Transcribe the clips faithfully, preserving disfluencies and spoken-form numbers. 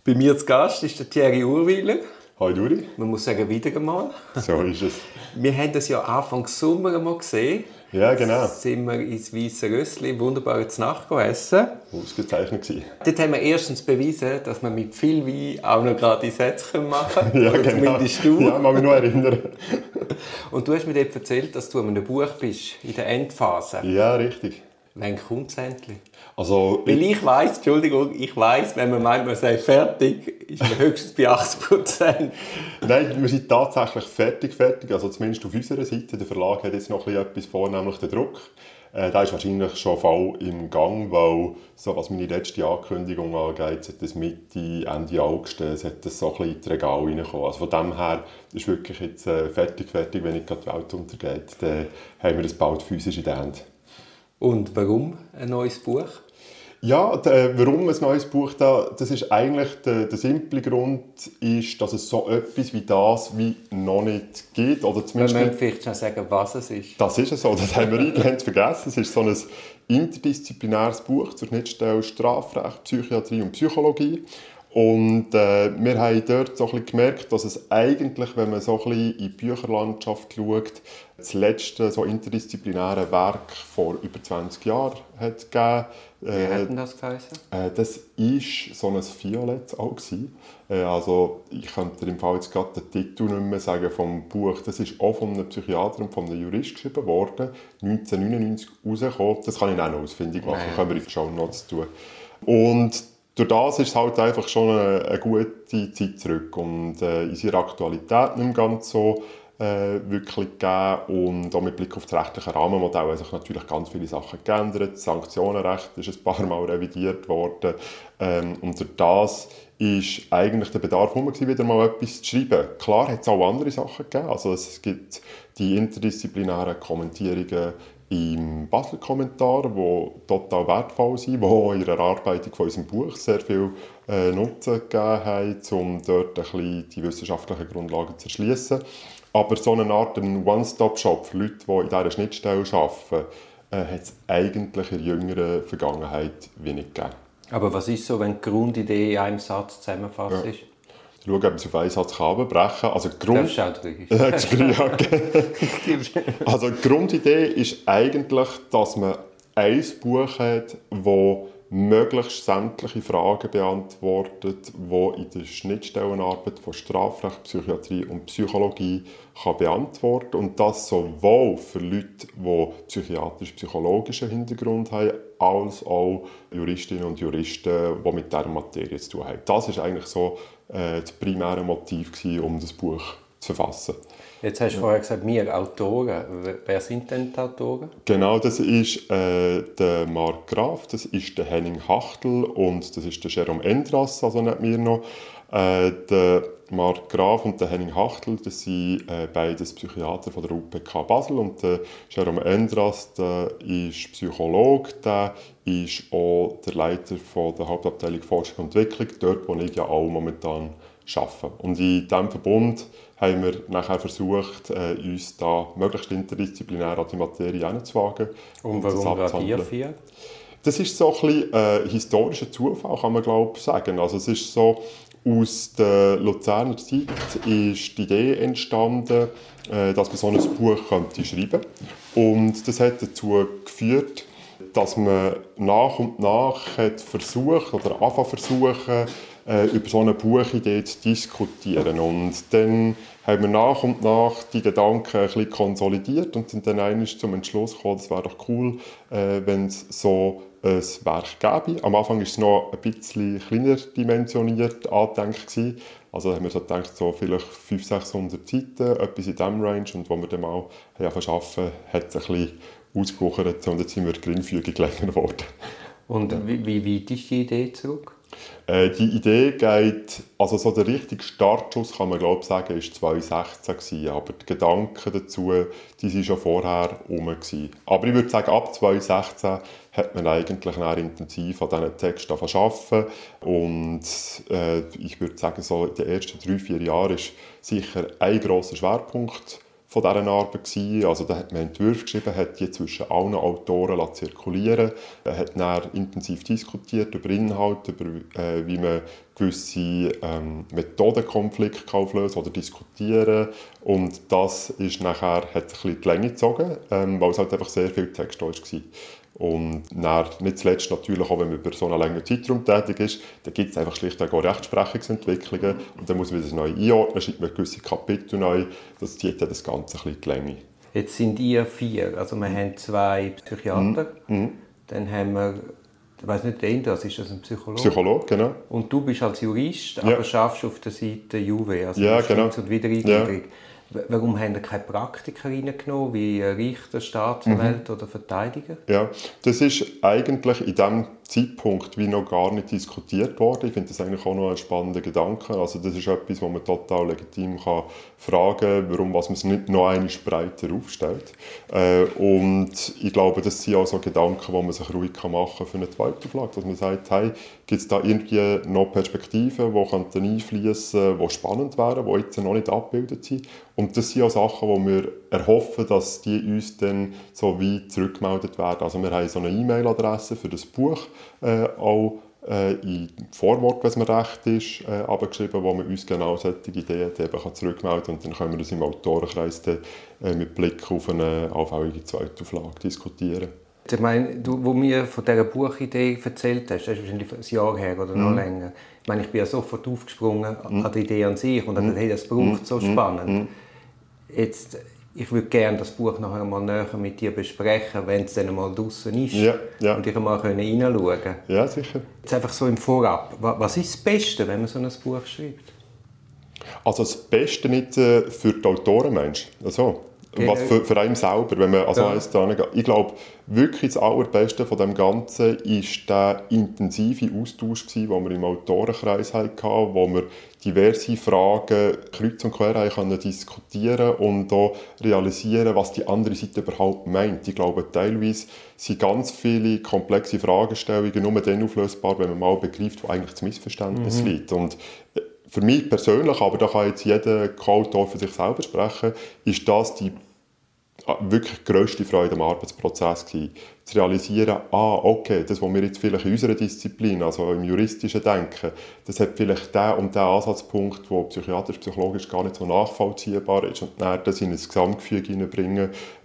Bei mir zu Gast ist der Thierry Urwyler. Hi Duri. Man muss sagen, wieder einmal. So ist es. Wir haben das ja Anfang Sommer einmal gesehen. Ja, genau. Sind wir ins Weisse Rössli wunderbar zur Nacht essen. Ausgezeichnet gewesen. Dort haben wir erstens bewiesen, dass man mit viel Wein auch noch gerade Sätze machen kann. Ja, Oder genau. Zumindest du. Ja, mag mich nur erinnern. Und du hast mir dort erzählt, dass du an einem Buch bist, in der Endphase. Ja, richtig. Wann kommt es endlich? Also, Weil ich weiss, Entschuldigung, ich weiss, wenn man meint, man sei fertig, ist man höchstens bei achtzig Prozent. Nein, wir sind tatsächlich fertig, fertig. Also zumindest auf unserer Seite. Der Verlag hat jetzt noch etwas vor, nämlich den Druck. Äh, der ist wahrscheinlich schon voll im Gang, weil, so was meine letzte Ankündigung angeht, sollte das Mitte, Ende August, äh, sollte das so ein bisschen in die Regale reinkommen. Also von dem her ist wirklich jetzt äh, fertig, fertig, wenn nicht gerade die Welt untergeht. Dann haben wir das bald physisch in der Hand. Und warum ein neues Buch? Ja, der, warum ein neues Buch da, das ist eigentlich der, der simple Grund, ist, dass es so etwas wie das wie noch nicht gibt. Oder zumindest Wir müssen vielleicht schon sagen, was es ist. Das ist es so, das haben wir eingehend vergessen. Es ist so ein interdisziplinäres Buch zur Schnittstelle Strafrecht, Psychiatrie und Psychologie. Und äh, wir haben dort so ein bisschen gemerkt, dass es eigentlich, wenn man so ein bisschen in die Bücherlandschaft schaut, das letzte so interdisziplinäre Werk vor über zwanzig Jahren hat gegeben. Wie äh, hat denn das geheißen? Äh, das war so ein Violett auch. Äh, also ich könnte im Fall jetzt gerade den Titel nicht mehr sagen vom Buch. Das ist auch von einem Psychiater und von einem Jurist geschrieben worden, neunzehnhundertneunundneunzig rausgekommen. Das kann ich auch noch ausfindig machen, Nein. können wir in die Shownotes tun. Und durch das ist es halt einfach schon eine, eine gute Zeit zurück und äh, in ihrer Aktualität nicht mehr ganz so äh, wirklich gegeben. Und auch mit Blick auf das rechtliche Rahmenmodell haben sich natürlich ganz viele Sachen geändert. Das Sanktionenrecht ist ein paar Mal revidiert worden. Ähm, und durch das ist eigentlich der Bedarf herum, wieder mal etwas zu schreiben. Klar hat es auch andere Sachen gegeben. Also es gibt die interdisziplinären Kommentierungen im Basler Kommentar, die total wertvoll sind, die auch in der Erarbeitung von unserem Buch sehr viel äh, Nutzen gegeben haben, um dort ein bisschen die wissenschaftlichen Grundlagen zu erschließen. Aber so eine Art One-Stop-Shop für Leute, die in dieser Schnittstelle arbeiten, äh, hat es eigentlich in der jüngeren Vergangenheit wenig gegeben. Aber was ist so, wenn die Grundidee in einem Satz zusammenfasst Ja. ist? Schauen, ob man es auf einen Satz runterbrechen kann. Also die Grund... Darfst du auch drücken. Also die Grundidee ist eigentlich, dass man ein Buch hat, das möglichst sämtliche Fragen beantwortet, die in der Schnittstellenarbeit von Strafrecht, Psychiatrie und Psychologie kann beantworten und das sowohl für Leute, die psychiatrisch-psychologischen Hintergrund haben, als auch Juristinnen und Juristen, die mit dieser Materie zu tun haben. Das war eigentlich so äh, das primäre Motiv gewesen, um das Buch zu verfassen. Jetzt hast du vorher gesagt, wir Autoren. Wer sind denn die Autoren? Genau, das ist äh, der Marc Graf, das ist der Henning Hachtel und das ist der Jérôme Endras, also nicht mir noch. Äh, der Marc Graf und der Henning Hachtel, das sind äh, beides Psychiater von der U P K Basel und der Jérôme Endras, der ist Psychologe, der ist auch der Leiter von der Hauptabteilung Forschung und Entwicklung, dort wo ich ja auch momentan arbeite. Und in diesem Verbund haben wir nachher versucht, uns da möglichst interdisziplinär an die Materie heranzuwagen. Und warum gerade ihr vier? Das ist so ein bisschen äh, historischer Zufall, kann man glaube ich sagen. Also es ist so, aus der Luzerner Zeit ist die Idee entstanden, äh, dass man so ein Buch könnte schreiben könnte. Und das hat dazu geführt, dass man nach und nach hat versucht oder anfangen versuchen, äh, über so eine Buchidee zu diskutieren. Und dann haben wir nach und nach die Gedanken ein bisschen konsolidiert und sind dann einmal zum Entschluss gekommen, es wäre doch cool, äh, wenn es so ein Werk gäbe. Am Anfang war es noch ein bisschen kleiner dimensioniert angedenkt. Also haben wir so gedacht, so vielleicht fünfhundert, sechshundert Seiten, etwas in diesem Range. Und als wir dann mal arbeiten haben, hat es ein bisschen ausgewuchert und jetzt sind wir geringfügig länger geworden. Und wie, wie weit ist die Idee zurück? Äh, die Idee geht, also so der richtige Startschuss, kann man glaube ich sagen, war zweitausendsechzehn gewesen, aber die Gedanken dazu, die waren schon vorher herum gewesen. Aber ich würde sagen, ab zweitausendsechzehn hat man eigentlich intensiv an diesen Texten arbeiten und äh, ich würde sagen, so in den ersten drei, vier Jahren ist sicher ein grosser Schwerpunkt von dieser Arbeit gewesen. Also da hat man Entwürfe geschrieben, hat die zwischen allen Autoren zirkulieren lassen, hat dann intensiv diskutiert über Inhalte, über äh, wie man gewisse ähm, Methodenkonflikte auflösen oder diskutieren. Und das ist nachher, hat ein bisschen die Länge gezogen, ähm, weil es halt einfach sehr viel Text war. Und dann, nicht zuletzt natürlich auch, wenn man über so einen längeren Zeitraum tätig ist, dann gibt es einfach schlichtweg auch Rechtsprechungsentwicklungen und dann muss man das neu einordnen, schreibt man gewisse Kapitel neu, das zieht dann das Ganze ein bisschen die Länge. Jetzt sind ihr vier, also wir haben zwei Psychiater, mm. dann haben wir, ich weiss nicht, der das ist das ein Psychologe? Psychologe, genau. Und du bist als Jurist, ja. aber arbeitest auf der Seite Juve, also ja, genau. und Wiedereingliederung. Ja. Warum haben ihr keine Praktiker reingenommen, wie Richter, Staatsanwälte mhm. oder Verteidiger? Ja, das ist eigentlich in diesem Zeitpunkt wie noch gar nicht diskutiert worden. Ich finde das eigentlich auch noch ein spannender Gedanke. Also das ist etwas, wo man total legitim kann fragen kann, warum was man es nicht noch einmal breiter aufstellt. Äh, und ich glaube, das sind auch so Gedanken, die man sich ruhig machen kann für eine Zweitauflage. Dass man sagt, hey, gibt es da irgendwie noch Perspektiven, die einfließen könnten, die spannend wären, die jetzt noch nicht abgebildet sind. Und das sind auch Sachen, die wir erhoffen, dass die uns dann so weit zurückgemeldet werden. Also wir haben so eine E-Mail-Adresse für das Buch, äh, auch äh, in Vorwort, wenn es mir recht ist, äh, abgeschrieben, wo man uns genau solche Ideen eben kann zurückmelden kann. Und dann können wir das im Autorenkreis dann, äh, mit Blick auf eine allfällige Zweitauflage diskutieren. Ich meine, du, wo mir von dieser Buchidee erzählt hast, das ist wahrscheinlich ein Jahr her oder noch mm. länger. Ich meine, ich bin ja sofort aufgesprungen mm. an die Idee an sich und dachte, hey, das braucht mm. so spannend. Mm. Jetzt, ich würde gerne das Buch nachher mal näher mit dir besprechen, wenn es dann mal draußen ist. Ja, ja. Und ich mal hineinschauen können. Ja, sicher. Jetzt einfach so im Vorab. Was ist das Beste, wenn man so ein Buch schreibt? Also das Beste nicht äh, für die Autoren, meinst du? Also, genau. Was für, für einen selber, wenn man also ja. da ich glaube, wirklich das Allerbeste von dem Ganzen ist der intensive Austausch gewesen, den wir im Autorenkreis hatten, wo wir diverse Fragen kreuz und quer haben diskutieren und auch realisieren, was die andere Seite überhaupt meint. Ich glaube, teilweise sind ganz viele komplexe Fragestellungen nur dann auflösbar, wenn man mal begreift, wo eigentlich das Missverständnis mhm. liegt. Und für mich persönlich, aber da kann jetzt jeder Co-Autor für sich selber sprechen, ist das die wirklich grösste Freude am Arbeitsprozess gewesen. Zu realisieren, ah, okay, das, was wir jetzt vielleicht in unserer Disziplin, also im juristischen Denken, das hat vielleicht den und den Ansatzpunkt, der psychiatrisch-psychologisch gar nicht so nachvollziehbar ist, und dann das in ein Gesamtgefüge hineinbringen,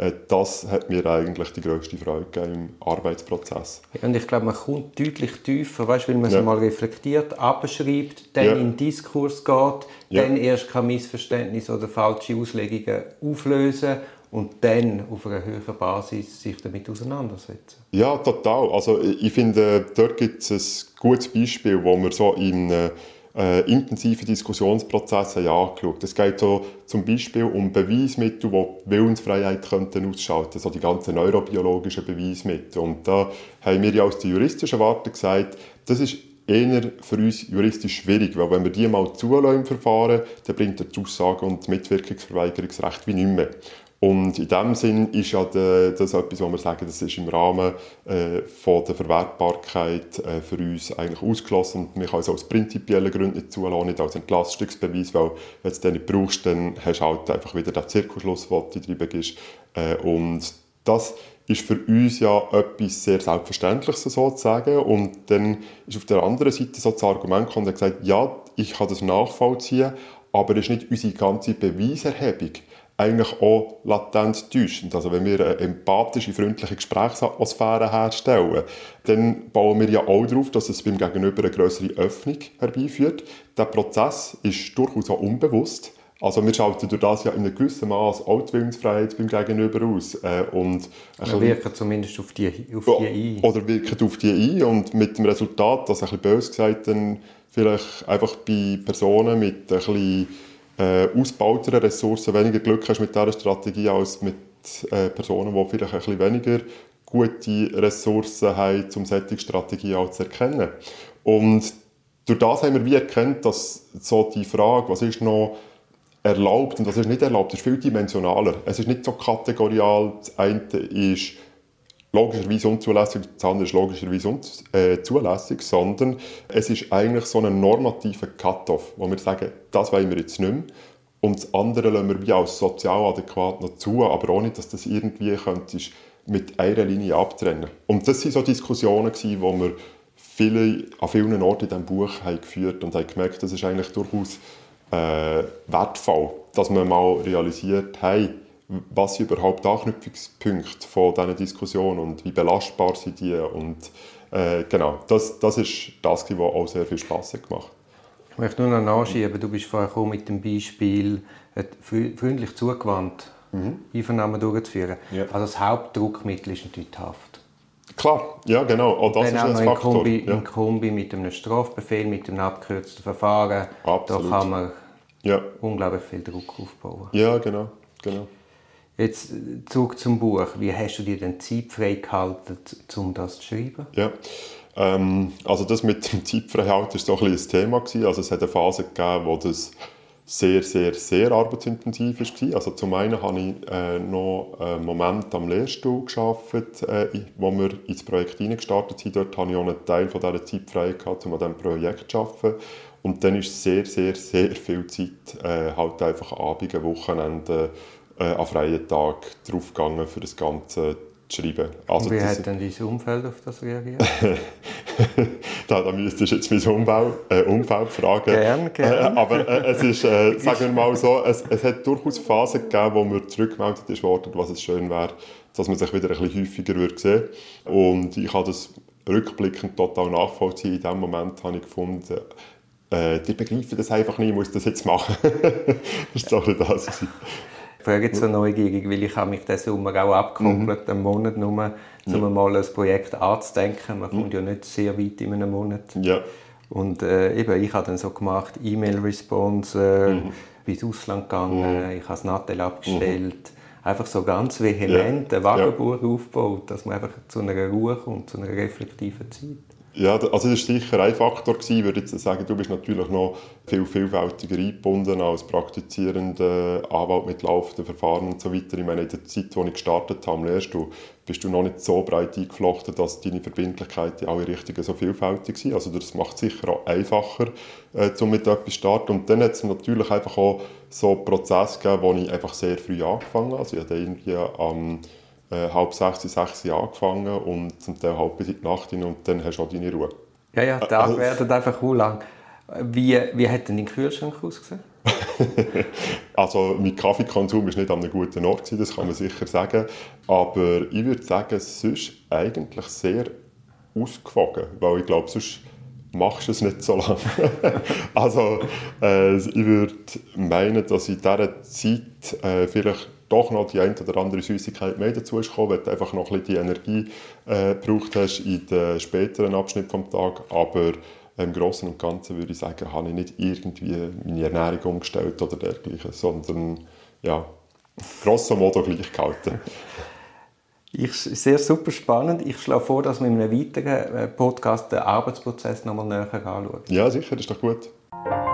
das hat mir eigentlich die grösste Freude gegeben im Arbeitsprozess. Ja, und ich glaube, man kommt deutlich tiefer, weißt, weil man es ja. mal reflektiert, abschreibt, dann ja. in den Diskurs geht, ja. dann erst kann Missverständnisse oder falsche Auslegungen auflösen und dann auf einer höheren Basis sich damit auseinandersetzen. Ja, total. Also ich finde, dort gibt es ein gutes Beispiel, wo wir so in äh, intensiven Diskussionsprozessen angeschaut haben. Es geht so zum Beispiel um Beweismittel, die die Willensfreiheit könnten ausschalten könnten, so die ganzen neurobiologischen Beweismittel. Und da haben wir ja aus der juristischen Warte gesagt, das ist eher für uns juristisch schwierig, weil wenn wir die mal zulassen im Verfahren, dann bringt die Aussage- und Mitwirkungsverweigerungsrecht wie nicht mehr. Und in diesem Sinn ist ja das etwas, wo wir sagen, das ist im Rahmen äh, von der Verwertbarkeit äh, für uns eigentlich ausgeschlossen. Und wir können es aus prinzipiellen Gründen nicht zulassen, nicht als Entlastungsbeweis, weil wenn du es dann nicht brauchst, dann hast du halt einfach wieder den Zirkelschluss, den du drin gibst. Äh, und das ist für uns ja etwas sehr Selbstverständliches sozusagen. Und dann ist auf der anderen Seite so das Argument gekommen und hat gesagt, ja, ich kann das nachvollziehen, aber es ist nicht unsere ganze Beweiserhebung eigentlich auch latent täuschend. Also wenn wir eine empathische, freundliche Gesprächsatmosphäre herstellen, dann bauen wir ja auch darauf, dass es beim Gegenüber eine grössere Öffnung herbeiführt. Der Prozess ist durchaus auch unbewusst. Also wir schalten durch das ja in einem gewissen Maß auch die Willensfreiheit beim Gegenüber aus. Äh, und wir wirken zumindest auf die, auf die ein. Oder wirken auf die ein und mit dem Resultat, dass ein bisschen böse gesagt, dann vielleicht einfach bei Personen mit ein bisschen Äh, ausgebauteren Ressourcen weniger Glück hast mit dieser Strategie als mit äh, Personen, die vielleicht ein bisschen weniger gute Ressourcen haben, um solche Strategien auch zu erkennen. Und durch das haben wir wie erkannt, dass so die Frage, was ist noch erlaubt und was ist nicht erlaubt, ist viel dimensionaler. Es ist nicht so kategorial, das eine ist logischerweise unzulässig, das andere ist logischerweise unzulässig, äh, zulässig, sondern es ist eigentlich so ein normativer Cut-off, wo wir sagen, das wollen wir jetzt nicht mehr. und das andere lassen wir wie als sozial adäquat noch zu, aber ohne, dass das irgendwie könntest mit einer Linie abtrennen. Und das waren so Diskussionen, die wir viele, an vielen Orten in diesem Buch haben geführt und haben gemerkt, das ist eigentlich durchaus äh, wertvoll, dass man mal realisiert, hey, was sind überhaupt Anknüpfungspunkte von diesen Diskussionen und wie belastbar sind die. Und äh, genau, das, das ist das, was auch sehr viel Spass gemacht hat. Ich möchte nur noch nachschieben, du bist vorher gekommen mit dem Beispiel, freundlich zugewandt, mhm. Einvernahmen durchzuführen. Ja. Also das Hauptdruckmittel ist natürlich die Haft. Klar, ja genau, auch das ist ein Faktor. In Kombi, ja. in Kombi mit einem Strafbefehl, mit einem abgekürzten Verfahren, Absolut. Da kann man ja. unglaublich viel Druck aufbauen. Ja, genau, genau. Jetzt zurück zum Buch. Wie hast du dir denn Zeit freigehalten, um das zu schreiben? Ja, ähm, also das mit dem Zeitfreihalten war so ein, ein Thema gewesen. Also es hat eine Phase gegeben, wo das sehr, sehr, sehr arbeitsintensiv war. Also zum einen habe ich äh, noch einen Moment am Lehrstuhl gearbeitet, äh, wo wir ins Projekt hineingestartet sind. Dort hatte ich auch einen Teil von dieser Zeit frei gehabt, um an diesem Projekt zu arbeiten. Und dann ist sehr, sehr, sehr viel Zeit, äh, halt einfach Abende, Wochenende, äh, an freien Tagen draufgegangen, für das Ganze zu schreiben. Also wie das, hat denn dein Umfeld auf das reagiert? da, da müsstest du jetzt mein Umfeld, äh, Umfeld fragen. Gerne, gerne. Äh, aber äh, es ist, äh, sagen wir mal so, es, es hat durchaus Phasen gegeben, wo mir zurückgemeldet wurde, was es schön wäre, dass man sich wieder ein bisschen häufiger würde sehen. Und ich habe das rückblickend total nachvollziehen. In dem Moment habe ich gefunden, äh, die begreifen das einfach nicht, ich muss das jetzt machen. Das war doch das. Ich frage jetzt so neugierig, weil ich habe mich diesen Sommer auch abgekoppelt, mhm. einen Monat nur, um ja. mal ein Projekt anzudenken. Man kommt mhm. ja nicht sehr weit in einem Monat. Ja. Und äh, eben, ich habe dann so gemacht, E-Mail-Response, äh, mhm. bin ins Ausland gegangen, mhm. ich habe das Nattel abgestellt. Mhm. Einfach so ganz vehement ja. ein Wagenbuch ja. aufgebaut, dass man einfach zu einer Ruhe kommt, zu einer reflektiven Zeit. Ja, also das war sicher ein Faktor. Ich würde jetzt sagen, du bist natürlich noch viel vielfältiger eingebunden als praktizierender Anwalt mit laufenden Verfahren und so weiter. Ich meine, in der Zeit, als ich gestartet habe, am Lehrstuhl, bist du noch nicht so breit eingeflochten, dass deine Verbindlichkeiten in alle Richtungen so vielfältig sind. Also das macht es sicher auch einfacher, äh, um mit etwas zu starten. Und dann hat es natürlich einfach auch so Prozesse gegeben, wo ich einfach sehr früh angefangen habe. Also ich habe irgendwie am Äh, halb sechs, sechs angefangen und zum Teil halb bis in die Nacht hin und dann hast du auch deine Ruhe. Ja, ja, die Tage werden einfach so lang. Wie, wie hat denn dein Kühlschrank ausgesehen? Also mein Kaffeekonsum war nicht an einem guten Ort, das kann man sicher sagen. Aber ich würde sagen, es ist eigentlich sehr ausgewogen, weil ich glaube, sonst machst du es nicht so lange. Also äh, ich würde meinen, dass in dieser Zeit äh, vielleicht doch noch die eine oder andere Süßigkeit mehr dazu ist gekommen, weil du einfach noch ein bisschen die Energie äh, gebraucht hast in den späteren Abschnitt des Tages. Aber im Großen und Ganzen würde ich sagen, habe ich nicht irgendwie meine Ernährung umgestellt oder dergleichen, sondern ja, grosso modo gleich gehalten. Ich, sehr super spannend. Ich schlage vor, dass wir in einem weiteren Podcast den Arbeitsprozess noch mal näher anschauen. Ja, sicher, das ist doch gut.